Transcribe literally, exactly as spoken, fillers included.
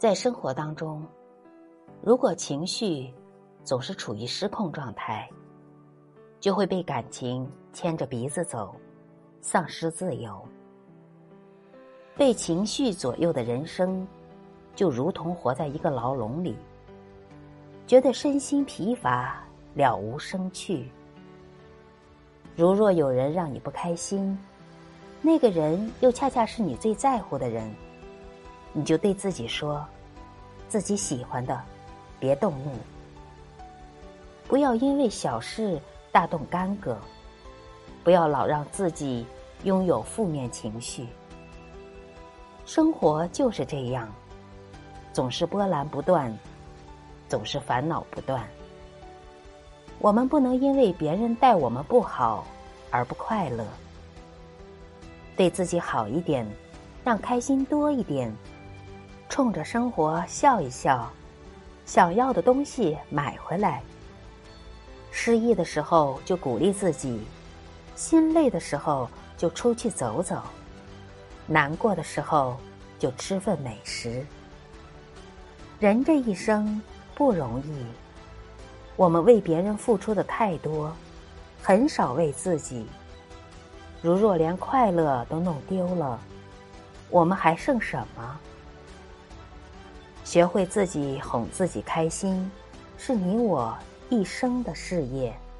在生活当中，如果情绪总是处于失控状态，就会被感情牵着鼻子走，丧失自由。被情绪左右的人生，就如同活在一个牢笼里，觉得身心疲乏，了无生趣。如若有人让你不开心，那个人又恰恰是你最在乎的人，你就对自己说，自己喜欢的，别动怒。不要因为小事大动干戈，不要老让自己拥有负面情绪。生活就是这样，总是波澜不断，总是烦恼不断。我们不能因为别人待我们不好而不快乐，对自己好一点，让开心多一点，冲着生活笑一笑，想要的东西买回来。失意的时候就鼓励自己，心累的时候就出去走走，难过的时候就吃份美食。人这一生不容易，我们为别人付出的太多，很少为自己。如若连快乐都弄丢了，我们还剩什么？学会自己哄自己开心，是你我一生的事业。